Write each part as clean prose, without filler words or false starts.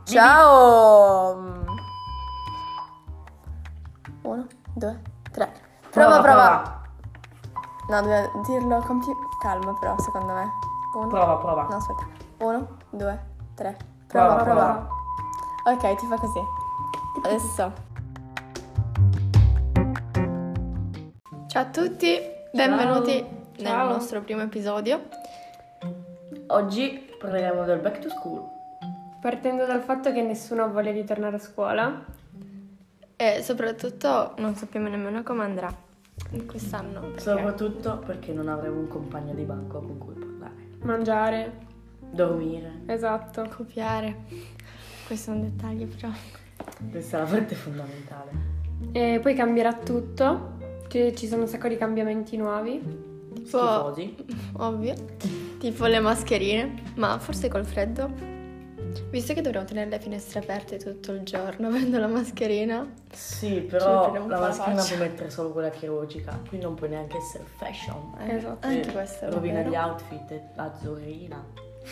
Ciao! 1, 2, 3. Prova. No, dobbiamo dirlo con più calma però, secondo me. Prova. No, aspetta. 1, 2, 3. Prova. Ok, ti fa così. Adesso. Ciao a tutti, benvenuti nel nostro primo episodio. Oggi parleremo del back to school. Partendo dal fatto che nessuno vuole ritornare a scuola. E soprattutto non sappiamo nemmeno come andrà quest'anno. Perché... Soprattutto perché non avremo un compagno di banco con cui parlare. Mangiare. Dormire. Esatto. Copiare. Questo è un dettaglio però. Questa è la parte fondamentale. E poi cambierà tutto. Ci sono un sacco di cambiamenti nuovi. Schifosi. Ovvio. Tipo le mascherine. Ma forse col freddo. Visto che dovremmo tenere le finestre aperte tutto il giorno avendo la mascherina. Sì, però prendiamo un la po' la mascherina faccia. puoi mettere solo quella chirurgica, qui non puoi neanche essere fashion. Esatto. Anche questo è rovina vero. gli outfit, azzurrina.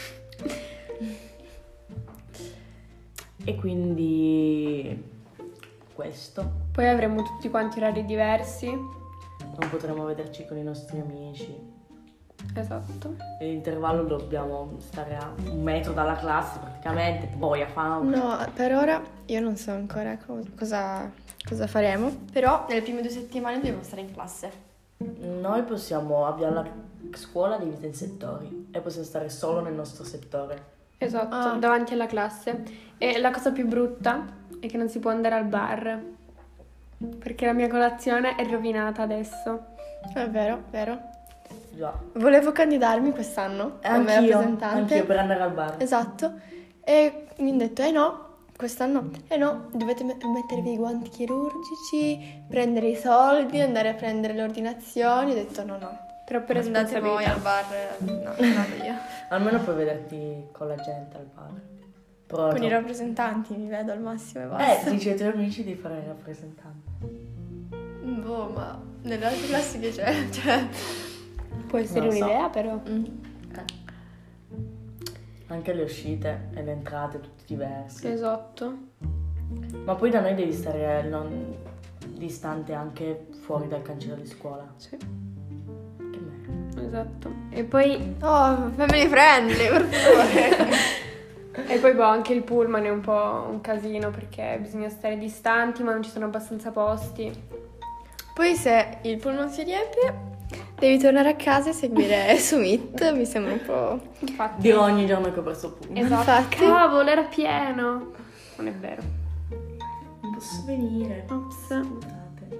E quindi questo. Poi avremo tutti quanti orari diversi. Non potremo vederci con i nostri amici. Esatto. Nell'intervallo dobbiamo stare a 1 metro dalla classe praticamente, boia fame. No, per ora io non so ancora cosa faremo. Però nelle prime 2 settimane dobbiamo stare in classe. Noi abbiamo la scuola divisa in settori e possiamo stare solo nel nostro settore. Esatto, davanti alla classe. E la cosa più brutta è che non si può andare al bar. Perché la mia colazione è rovinata adesso. È vero. Già. Volevo candidarmi quest'anno come rappresentante. Anch'io per andare al bar. Esatto. E mi hanno detto, quest'anno no, dovete mettervi i guanti chirurgici, prendere i soldi, andare a prendere le ordinazioni. Ho detto no. Troppe Andate voi responsabilità. al bar, no, vado io. Almeno puoi vederti con la gente al bar. Però Con no. i rappresentanti mi vedo al massimo e basta. Dice ai tuoi amici di fare il rappresentante. Boh, ma nelle altre classi che c'è, cioè... Può essere Non lo so. un'idea, però. Anche le uscite e le entrate tutte diverse. Esatto. Ma poi da noi devi stare distante anche fuori dal cancello di scuola. Sì, Che merda. esatto. E poi Oh, family friendly, per favore. anche il pullman è un po' un casino perché bisogna stare distanti, ma non ci sono abbastanza posti. Poi se il pullman si riempie, devi tornare a casa e seguire su Meet, mi sembra un po'... Infatti. Dirò ogni giorno che ho perso punto. Esatto. Infatti. Cavolo, era pieno. Non è vero. Non posso venire. Ops. Scusate.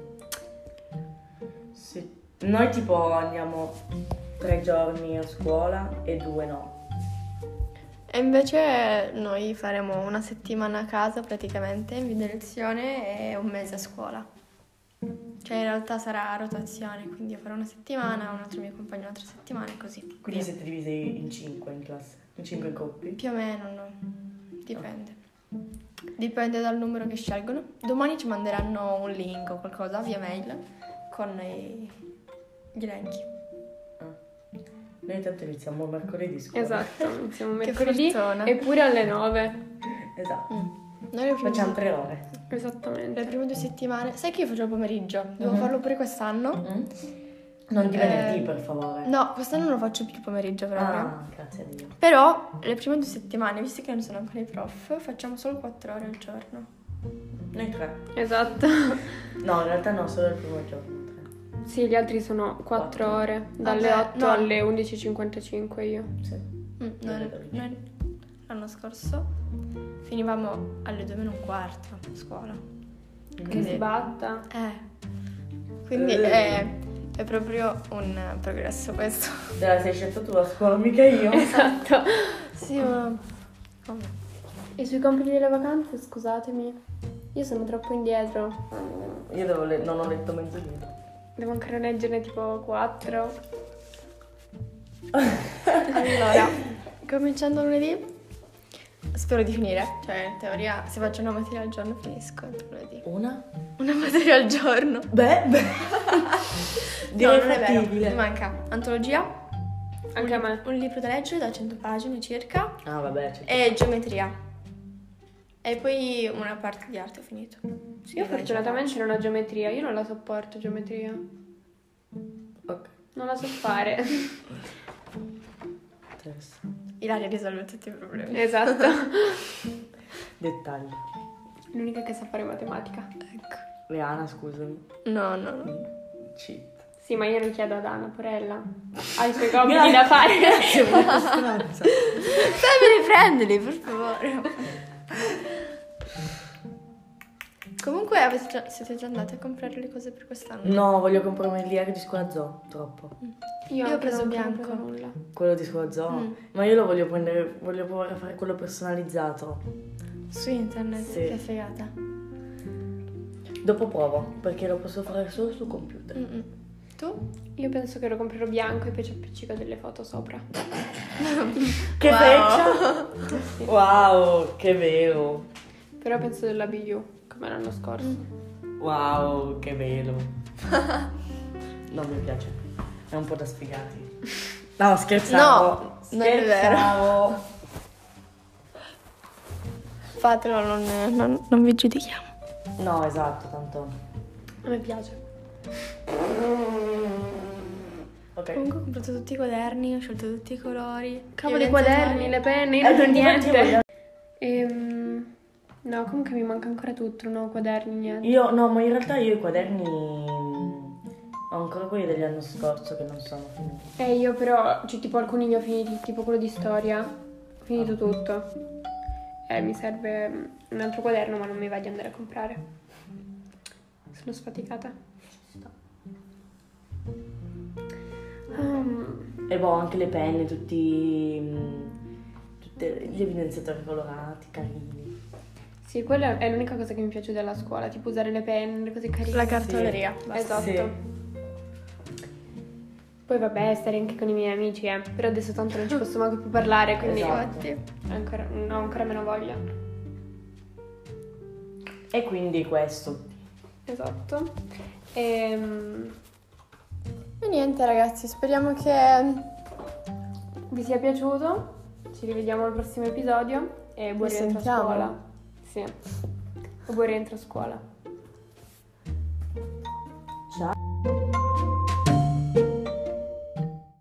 Sì. Noi tipo andiamo 3 giorni a scuola e 2 no. E invece noi faremo 1 settimana a casa praticamente, in video lezione e 1 mese a scuola. Cioè in realtà sarà a rotazione, quindi io farò 1 settimana, un altro mio compagno un'altra settimana e così. Quindi via. siete divisi in 5 in classe? In 5 gruppi? Più o meno, no. Dipende. Dipende dal numero che scelgono. Domani ci manderanno un link o qualcosa via mail con gli elenchi. Noi intanto iniziamo mercoledì scuola. Esatto, iniziamo Che mercoledì fortuna. eppure alle 9. Esatto. Noi le prime, Facciamo 3 ore. Esattamente. le prime 2 settimane. Sai che io faccio il pomeriggio? Devo farlo pure quest'anno. Non di venerdì, per favore. No, quest'anno non lo faccio più il pomeriggio proprio. Ah, grazie a Dio. Però le prime 2 settimane, visto che non sono ancora i prof, facciamo solo 4 ore al giorno. Noi 3. Esatto. No, in realtà no, solo il primo giorno. 3. Sì, gli altri sono 4 ore, dalle Vabbè, 8 no. alle 11:55 io. Sì. Noi l'anno scorso finivamo alle 2 meno un quarto a scuola. Che si batta. Quindi è proprio un progresso questo. Te la sei scelta tu a scuola, mica io. Esatto. Sì, ma... vabbè. E sui compiti delle vacanze, scusatemi, io sono troppo indietro. Io non ho letto mezzo libro. Devo ancora leggerne tipo 4. Allora, cominciando lunedì, spero di finire. Cioè, in teoria, se faccio 1 materia al giorno finisco entro lunedì. Una? 1 materia al giorno. Beh. No, Direi non è vero. fattibile. Mi manca antologia, Anche a me. un libro da leggere da 100 pagine circa Ah, vabbè, e geometria. E poi una parte di arte ho finito. Io fortunatamente non ho geometria, io non la sopporto geometria. Ok. Non la so fare. Interessante. Ilaria risolve tutti i problemi. Esatto. Dettagli. L'unica che sa fare matematica. Ecco. Leana, scusami. No. Cheat. Sì, ma io non chiedo ad Anna, porella. Ha i suoi compiti da fare. Sei molto stronza. Fammi riprendili, per favore. Comunque siete già andati a comprare le cose per quest'anno? No, voglio comprarmi il diario di scuola zoo, troppo. Io ho anche preso non bianco. compro nulla. Quello di scuola zoo. Ma io lo voglio prendere, voglio provare a fare quello personalizzato. Su internet, Sì. che figata. Dopo provo, perché lo posso fare solo sul computer. Tu? Io penso che lo comprerò bianco e poi ci appiccico delle foto sopra. Che Wow. freccia! Wow, che vero! Però penso della BU, come l'anno scorso. Wow, che vero! Non mi piace, è un po' da sfigati. No, scherzavo. No, non è vero. Scherzavo. Fatelo, non vi giudichiamo. No, esatto, tanto. A me piace. Ok. Comunque ho comprato tutti i quaderni, ho scelto tutti i colori. Cavolo, i Io quaderni, le penne, io non ho infatti niente. voglio- No, comunque mi manca ancora tutto, non ho quaderni, niente. No, ma in realtà io i quaderni ho ancora quelli dell'anno scorso che non sono finiti. Io però, cioè tipo alcuni li ho finiti, tipo quello di storia, ho finito tutto. Mi serve un altro quaderno, ma non mi va di andare a comprare. Sono sfaticata. E boh, anche le penne, tutte gli evidenziatori colorati, carini. Sì, quella è l'unica cosa che mi piace della scuola, tipo usare le penne, le cose carine. La cartoleria. Esatto. Sì. Poi vabbè, stare anche con i miei amici, però adesso tanto non ci posso manco più parlare, quindi Esatto. ho ancora meno voglia. E quindi questo. Esatto. E niente ragazzi, speriamo che Vi sia piaciuto? Ci rivediamo al prossimo episodio e buon rientro a sentiamo. scuola. Sì. E buon rientro a scuola.